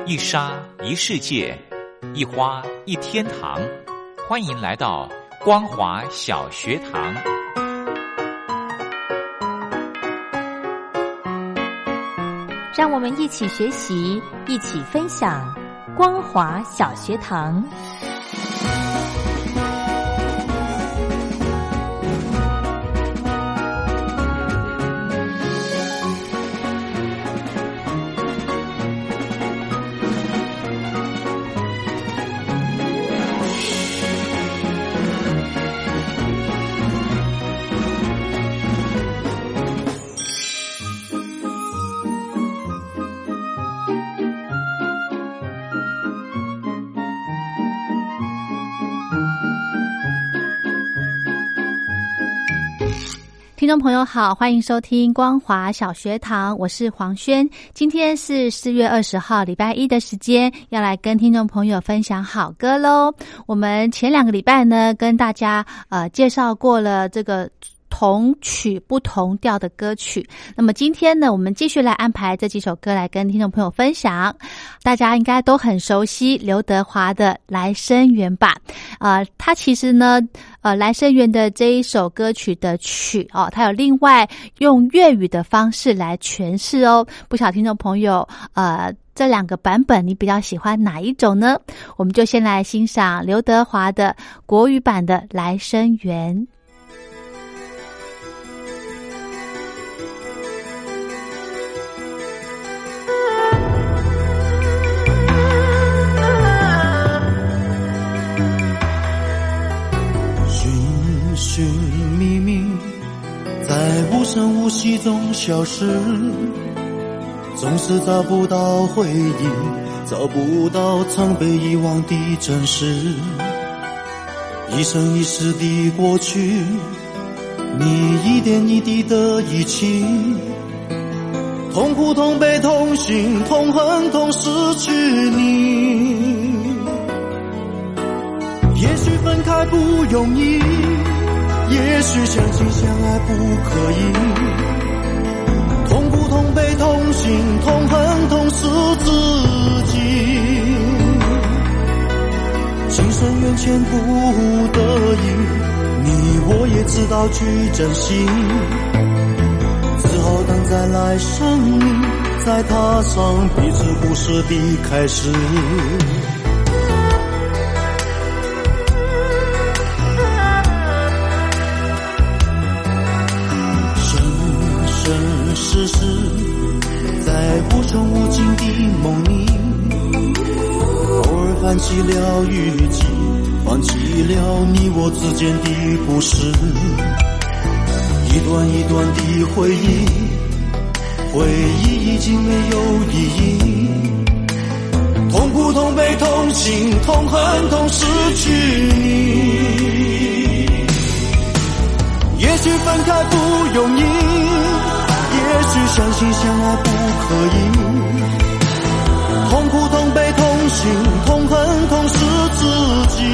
一沙一世界，一花一天堂。欢迎来到光华小学堂。 让我们一起学习，一起分享光华小学堂。听众朋友好，欢迎收听光华小学堂，我是黄轩。今天是4月20号礼拜一的时间，要来跟听众朋友分享好歌咯。我们前2个礼拜呢，跟大家介绍过了这个同曲不同调的歌曲。那么今天呢，我们继续来安排这几首歌来跟听众朋友分享。大家应该都很熟悉刘德华的《来生缘》吧？他其实呢，来生缘的这一首歌曲的曲他有另外用粤语的方式来诠释哦。不晓得听众朋友这2个版本你比较喜欢哪一种呢？我们就先来欣赏刘德华的国语版的《来生缘》。 寻觅觅，在无声无息中消失，总是找不到回忆，找不到曾被遗忘的真实。一生一世的过去，你一点一滴的遗弃，痛苦痛悲痛心痛恨痛失去你。也许分开不容易，也许相亲相爱不可以，痛苦痛悲痛心痛恨痛失自己，情深缘浅不得已，你我也知道去珍惜，只好等再来生命，再踏上彼此故事的开始。世事在无穷无尽的梦里，偶尔泛起了雨季，放弃了你我之间的故事。一段一段的回忆，回忆已经没有意义，痛苦痛悲痛心痛恨痛失去你。也许分开不容易，也许相亲相爱不可以，痛苦痛悲痛心痛恨痛失自己，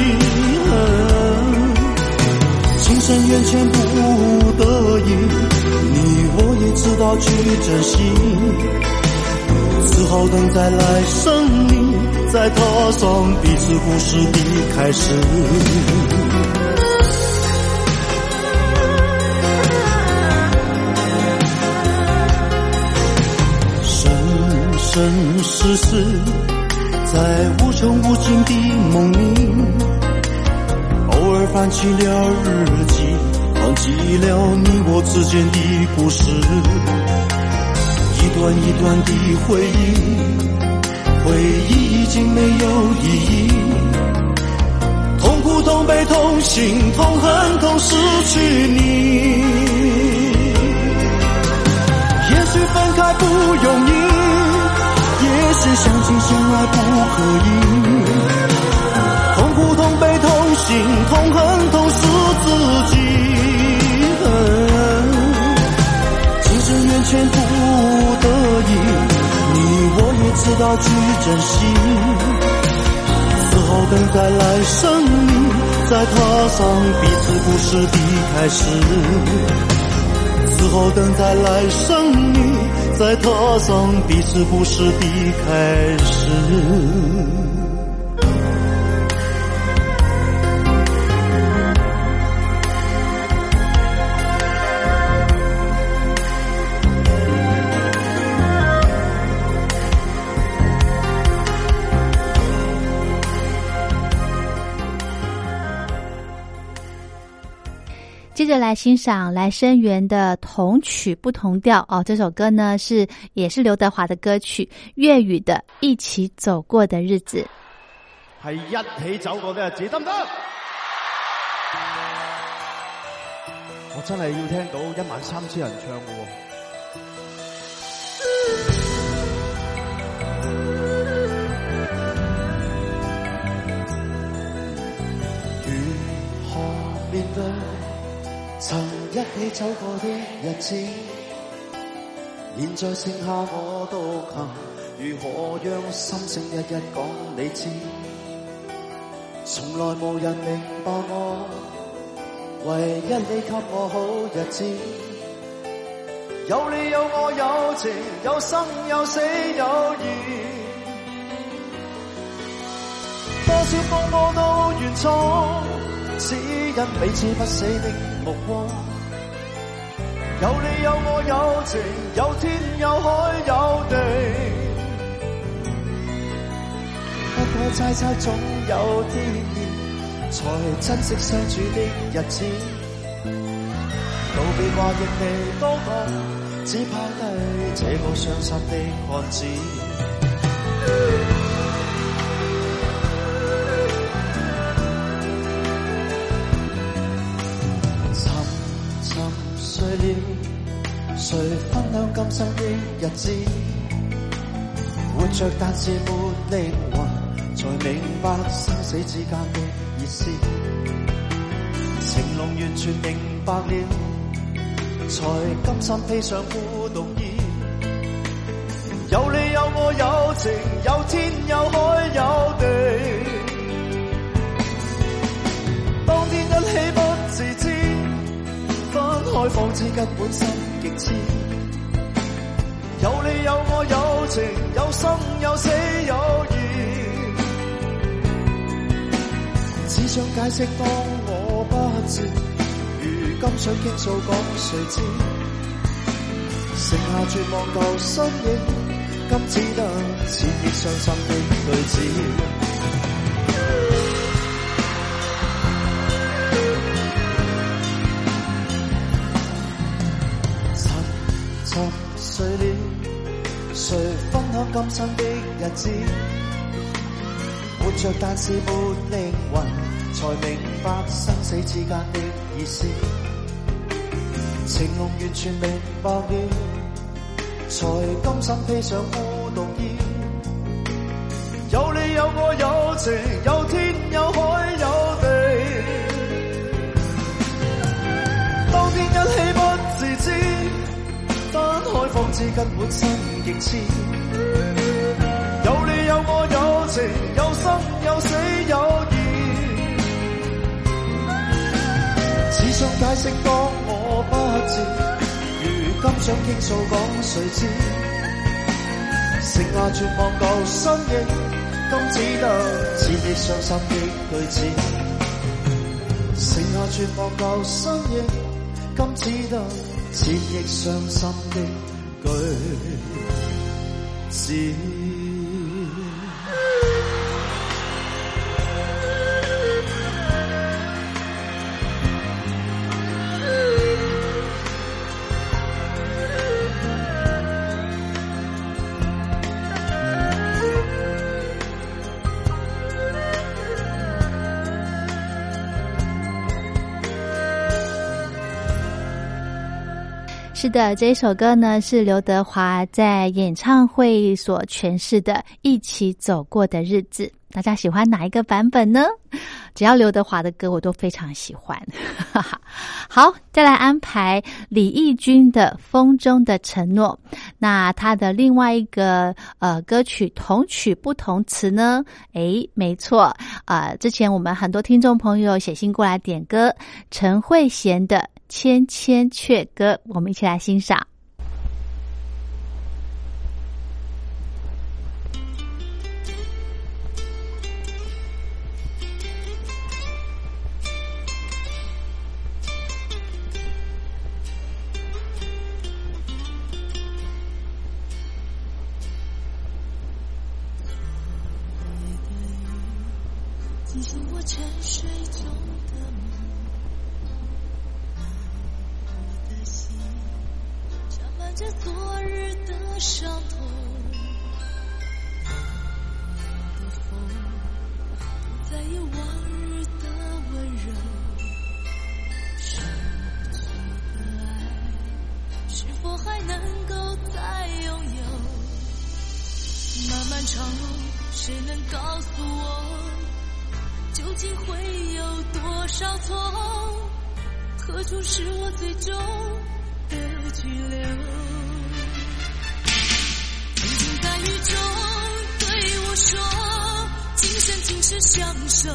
情深缘浅不得已，你我也知道去珍惜，只好等再来生命，再踏上彼此故事的开始。生世世在无穷无尽的梦里，偶尔翻起了日记，放弃了你我之间的故事。一段一段的回忆，回忆已经没有意义，痛苦痛悲痛心痛恨痛失去你。也许分开不容易，也许相亲相爱不可以，痛苦痛悲痛心痛恨痛失自己，情深缘浅不得已，你我也知道去珍惜，只好等再来生命，再踏上彼此故事的开始，只好等再来生命， 再踏上彼此故事的开始。 接着来欣赏来生源的同曲不同调哦，这首歌呢也是刘德华的歌曲，粤语的一起走過的日子。 係一起走過的日子，得唔得？我真係要聽到13000人唱嘅喎。 如何面對曾一起走過的日子，現在剩下我獨行，如何讓心聲一一講你知？從來無人明白我，唯一你給我好日子，有你有我有情，有生有死有義，多少風波都原錯，只因彼此不死的目光，有你有我有情，有天有海有地，不過猜猜總有天意，才珍惜相處的日子，道別話亦未多講，只拋低這個傷心的漢子。睡了，誰分享今生的日子？活着但是沒靈魂，才明白生死之間的意思。情濃完全明白了，才甘心披上孤獨衣。有你有我有情，有天有海有地，當天一起不自知，開放之根本心極痴，有你有我有情，有生有死有義，只想解釋當我不知，如今想傾訴講誰知，剩下絕望舊身影，今只得千億傷心的句子。睡了，誰分享今生的日子？活着但是沒靈魂，才明白生死之間的意思。情濃完全明白了，才甘心披上孤獨衣。有你有我有情，有天有海有地，當天一起不自知，開放之根本心極痴，有你有我有情，有生有死有義，只想解釋當我不知，如今想傾訴講誰知，剩下絕望舊身影，今只得千億傷心的句子，剩下絕望舊身影，今只得千億傷心的句子。 是的，这一首歌呢是刘德华在演唱会所诠释的《一起走過的日子》。大家喜欢哪一个版本呢？只要刘德华的歌我都非常喜欢。好，再来安排李翊君的《风中的承诺》。那他的另外一个歌曲同曲不同词呢？没错，之前我们很多听众朋友写信过来点歌，陈慧娴的《千千阙歌》，我们一起来欣赏。 惊醒我沉睡中的梦，我的心沾满着昨日的伤痛，的风不再有往日的温柔，失去的爱是否还能够再拥有？漫漫长路，谁能告诉我，究竟会有多少错？何处是我最终的居留？曾经在雨中对我说，今生今世相守。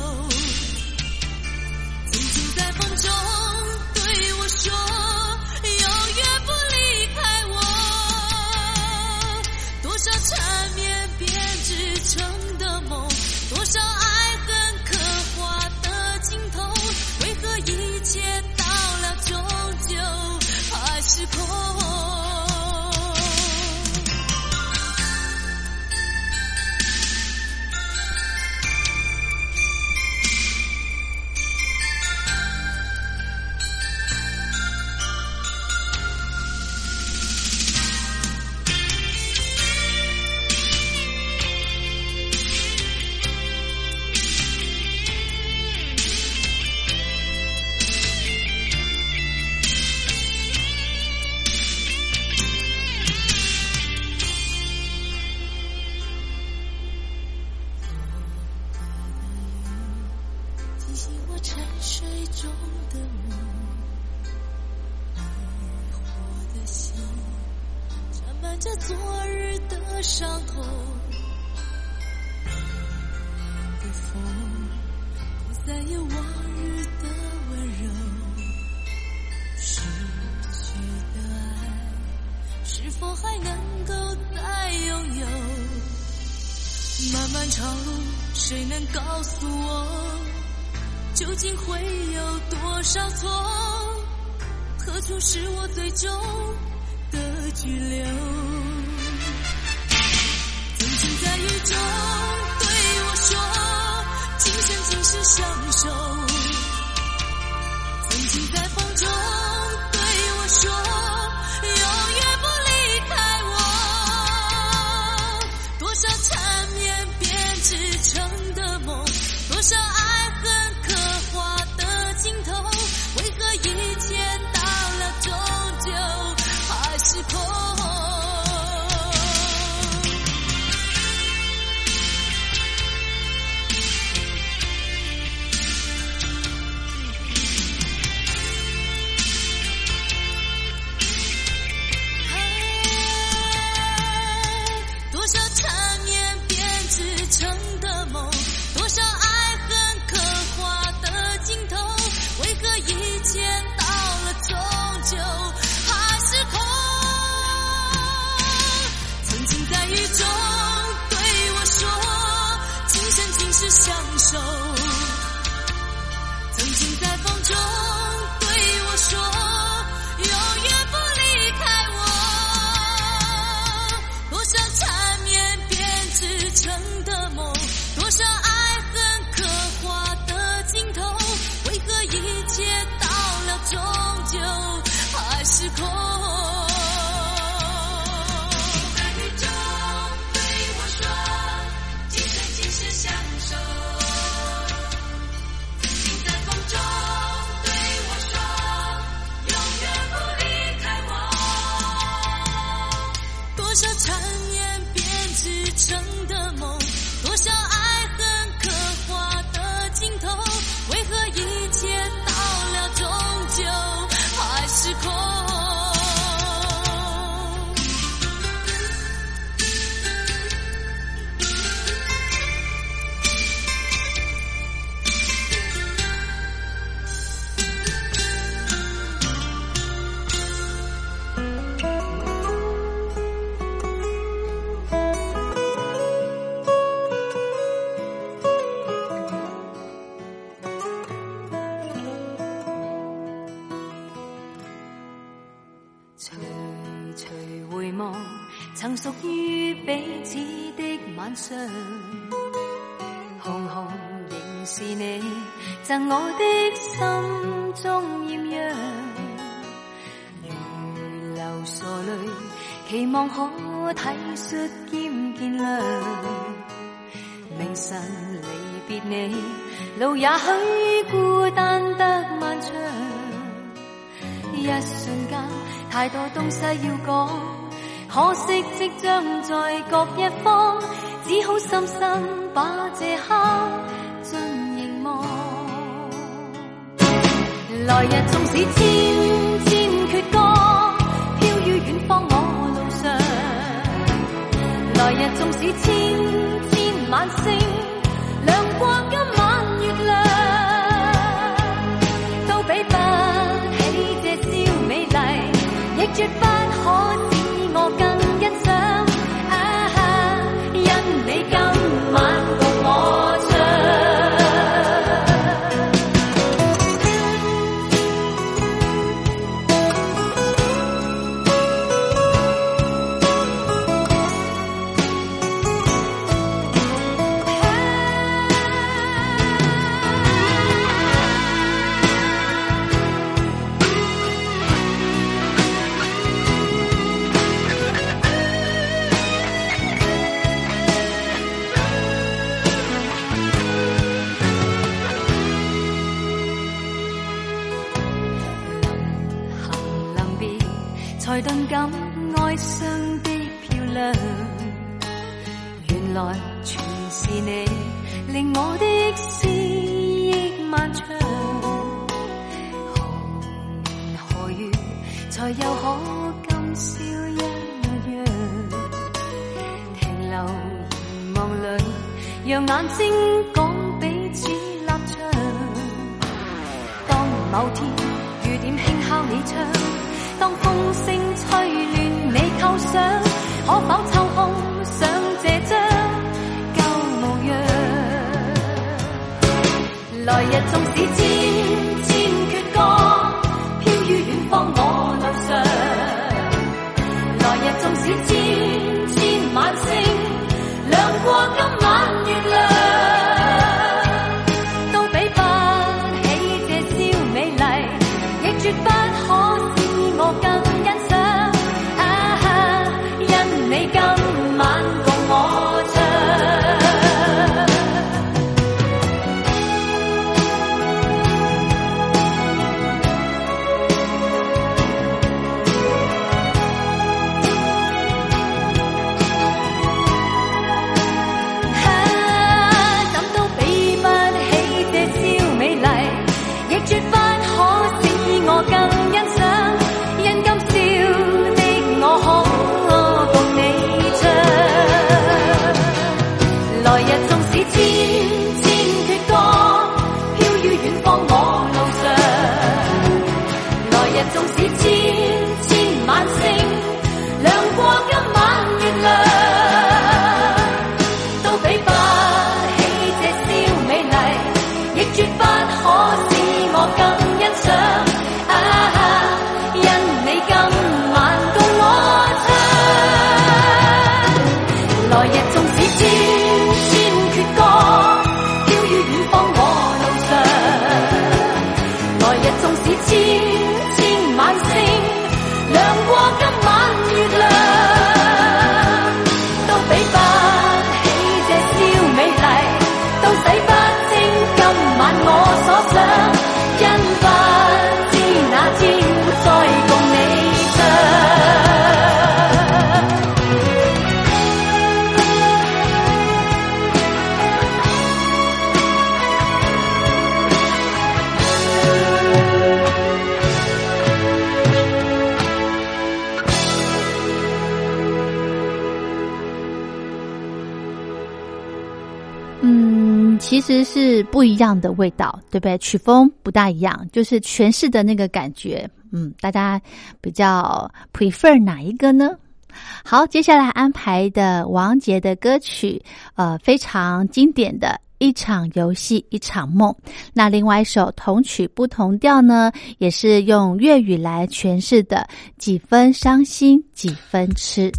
曾经在风中对我说，永远不离开我。多少缠绵编织成的梦，多少爱恨刻画的镜头，为何一切到了终究还是空？谁能告诉我，究竟会有多少错？何处是我最终的居留？曾经在雨中对我说，今生今世相守。曾经在风中对我说，永远不离开我。多少缠绵编织成的梦，多少爱恨刻画的镜头，为何一切到了终究还是空？多少缠绵编织成的梦，多少爱恨刻画的镜头，为何一切到了终究还是空？曾经在雨中对我说，今生今世相守。曾经在风中对我说，永远不离开我。多少缠绵编织成的梦，多少爱恨刻画的镜头，为何一切到了终究还是空？在雨中对我说，今生今世相守。曾经在风中对我说，永远不离开我。多少缠绵编织成的梦，多少爱恨刻画的镜头，为何一切到了终究还是空？ 徐徐回望，曾属于彼此的晚上，红红仍是是你赠我的心中豔陽，如流傻淚，期望可體恤兼見諒。明晨離別你，路也許孤單得漫長，一瞬間太多東西要講，可惜即將在各一方，只好深深把這刻盡凝望。來日縱使千千闕歌，飄於遠方我路上，來日縱使千千晚星，亮過今晚月亮，都比不起這宵美麗，亦絕不可使我更欣賞。因你今晚共我唱。才頓感哀傷的漂亮，原來全是你令我的思憶漫長。何年何月才又可今宵一樣，停留凝望裏，讓眼睛講彼此立場。當某天雨點輕敲你窗，當風聲吹亂你構想，可否抽空想這張舊模樣？來日縱使千千闕歌，飄於遠方我路上，來日縱使千千晚星，亮過今晚月亮，都比不起這宵美麗，亦絕不可我更欣賞，因你今晚共我唱。怎都比不起這宵美麗，亦絕不可使我更欣賞。來日縱使千千闕歌，飄於遠方我路上，來日縱使千千晚星，亮過今晚月亮，都比不起這宵美麗，亦絕不可使我更欣賞。因你今晚共我唱，來日縱使千闕歌，飄於遠方我路上，來日縱使千千晚星，亮過今晚月亮，都比不起這宵美麗，都洗不清今晚我所想，因不知哪天再共你唱。 其实是不一样的味道，对不对？曲风不大一样，就是诠释的那个感觉，大家比较 prefer 哪一个呢？好，接下来安排的王杰的歌曲，非常经典的一场游戏一场梦。那另外一首同曲不同调呢，也是用粤语来诠释的，几分伤心几分痴。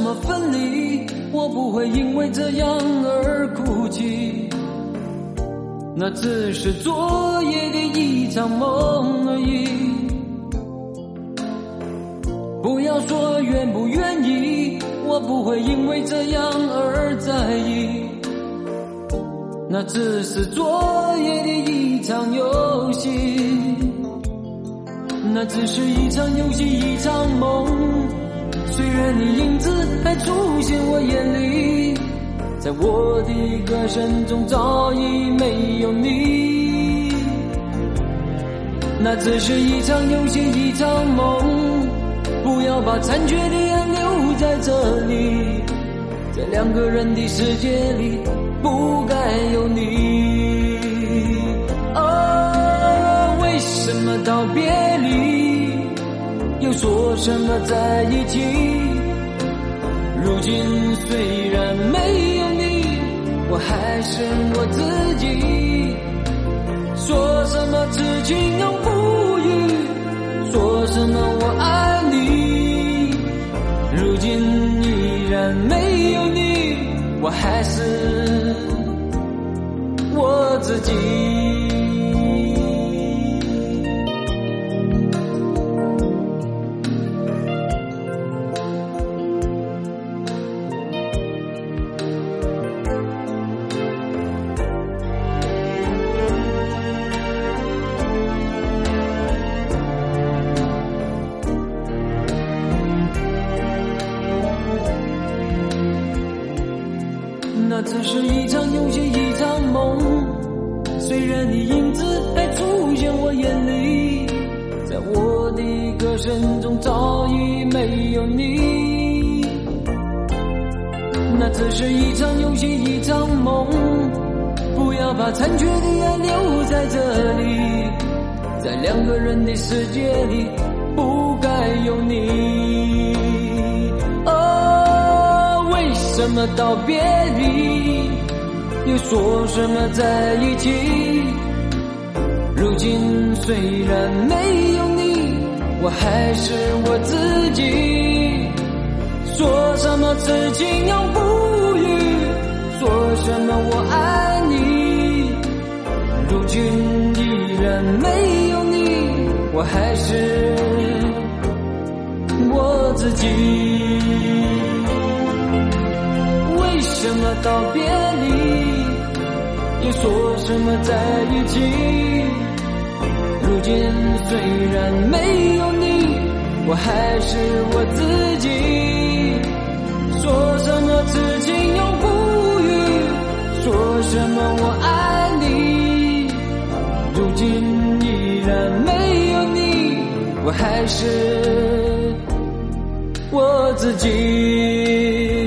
么分离，我不会因为这样而哭泣，那只是昨夜的一场梦而已。不要说愿不愿意，我不会因为这样而在意，那只是昨夜的一场游戏，那只是一场游戏一场梦。虽然你影子还出现我眼里，在我的歌声中早已没有你，那只是一场游戏一场梦。不要把残缺的爱留在这里，在两个人的世界里不该有你。为什么道别离，又说什么在一起？如今虽然没有你，我还是我自己。说什么痴情永不渝，说什么我爱你，如今依然没有你，我还是我自己。那只是一场游戏一场梦，虽然你影子还出现我眼里，在我的歌声中早已没有你，那只是一场游戏一场梦。不要把残缺的爱留在这里，在两个人的世界里不该有你。为什么道别离，又说什么在一起？如今虽然没有你，我还是我自己。说什么痴情永不渝，说什么我爱你，如今依然没有你，我还是我自己。为什么道别离，又说什么在一起？如今虽然没有你，我还是我自己。说什么痴情永不渝，说什么我爱你，如今依然没有你，我还是我自己。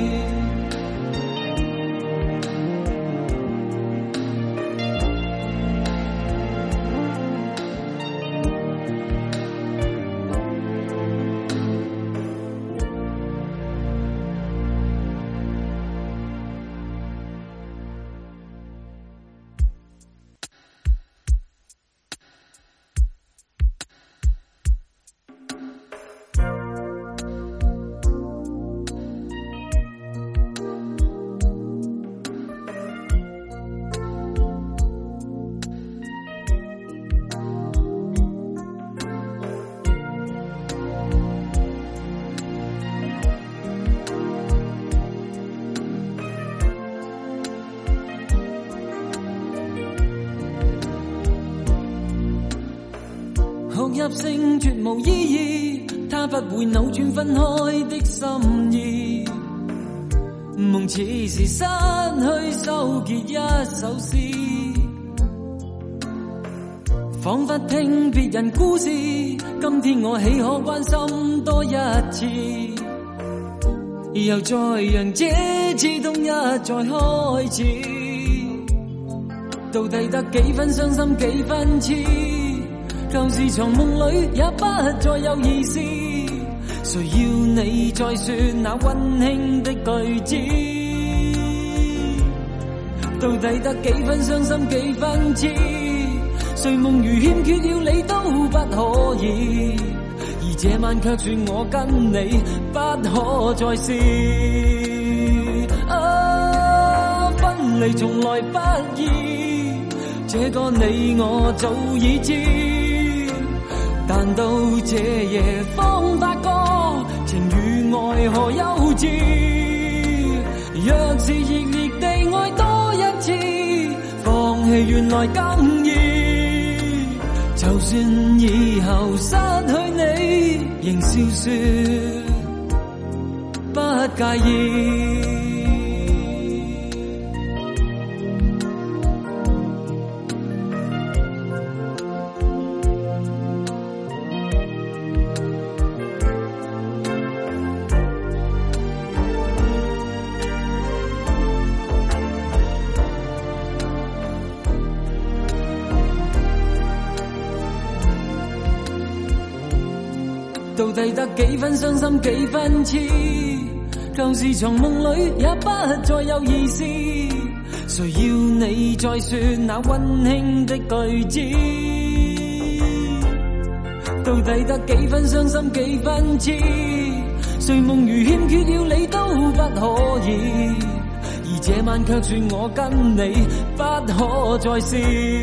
哭泣聲絕無意義，它不會扭轉分開的心意。夢似是失去收結一首詩，彷彿聽別人故事，今天我豈可關心多一次？又再讓這次痛一再開始，到底得幾分傷心幾分痴？舊時藏夢裏也不再有意思，誰要你再說那溫馨的句子？到底得幾分傷心幾分痴？誰夢如欠缺了你都不可以，而这晚却说我跟你不可再试。分离从来不易，这个你我早已知，但到这夜方发觉情与爱何幼稚。若是热烈地爱多一次，放弃原来更易。就算以後失去你，仍笑說不介意。到底得幾分傷心幾分痴，舊時從夢裏也不再有意思，誰要你再說那溫馨的句子？到底得幾分傷心幾分痴，誰夢如欠缺了你都不可以，而這晚卻說我跟你不可再試。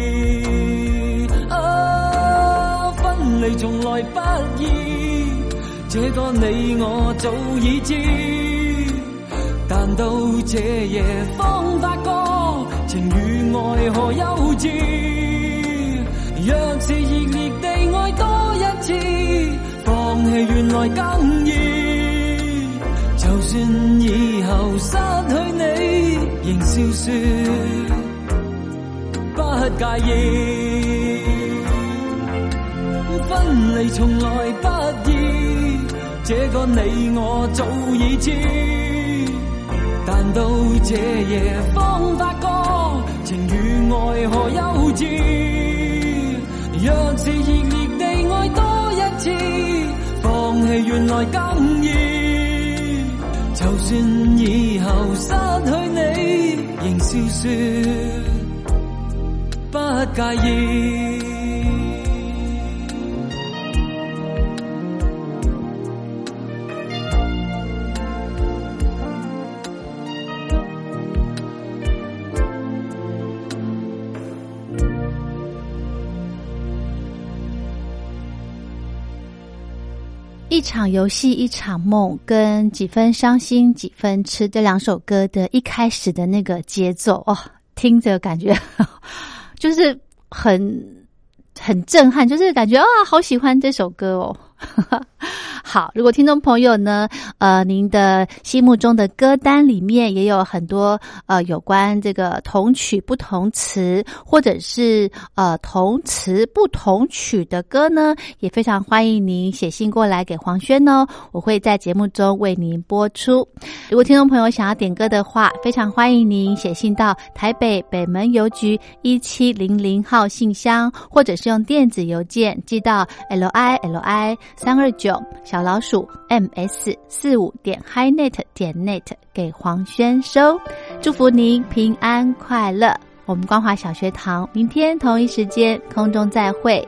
分離從來不易，這個你我早已知，但到這夜方發覺情與愛何幼稚。若是熱烈地愛多一次，放棄原來更易。就算以後失去你，仍笑說不介意。分離從來不易，這個你我早已知，但到這夜方發覺情與愛何幼稚。若是熱烈地愛多一次，放棄原來更易。就算以後失去你，仍笑說不介意。 一场游戏一场梦跟几分伤心几分痴这两首歌的一开始的那个节奏哦，听着感觉就是很震撼，就是感觉啊好喜欢这首歌哦。好，如果听众朋友呢您的心目中的歌单里面也有很多有关这个同曲不同词或者是同词不同曲的歌呢，也非常欢迎您写信过来给黄轩哦，我会在节目中为您播出。如果听众朋友想要点歌的话，非常欢迎您写信到台北北门邮局1700号信箱，或者是用电子邮件寄到 LILI329/ms45.highnet.net 给黄轩收。祝福您平安快乐。我们光华小学堂明天同一时间空中再会。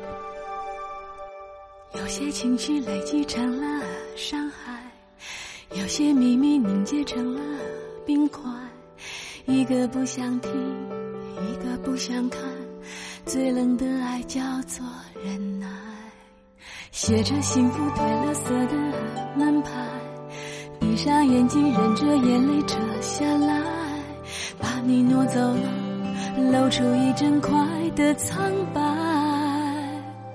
有些情绪累积成了伤害，有些秘密凝结成了冰块，一个不想听，一个不想看，最冷的爱叫做忍耐。写着幸福褪了色的门牌，闭上眼睛忍着眼泪折下来，把你挪走了，露出一整块的苍白。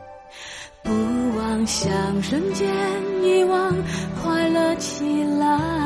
不妄想瞬间遗忘，快乐起来。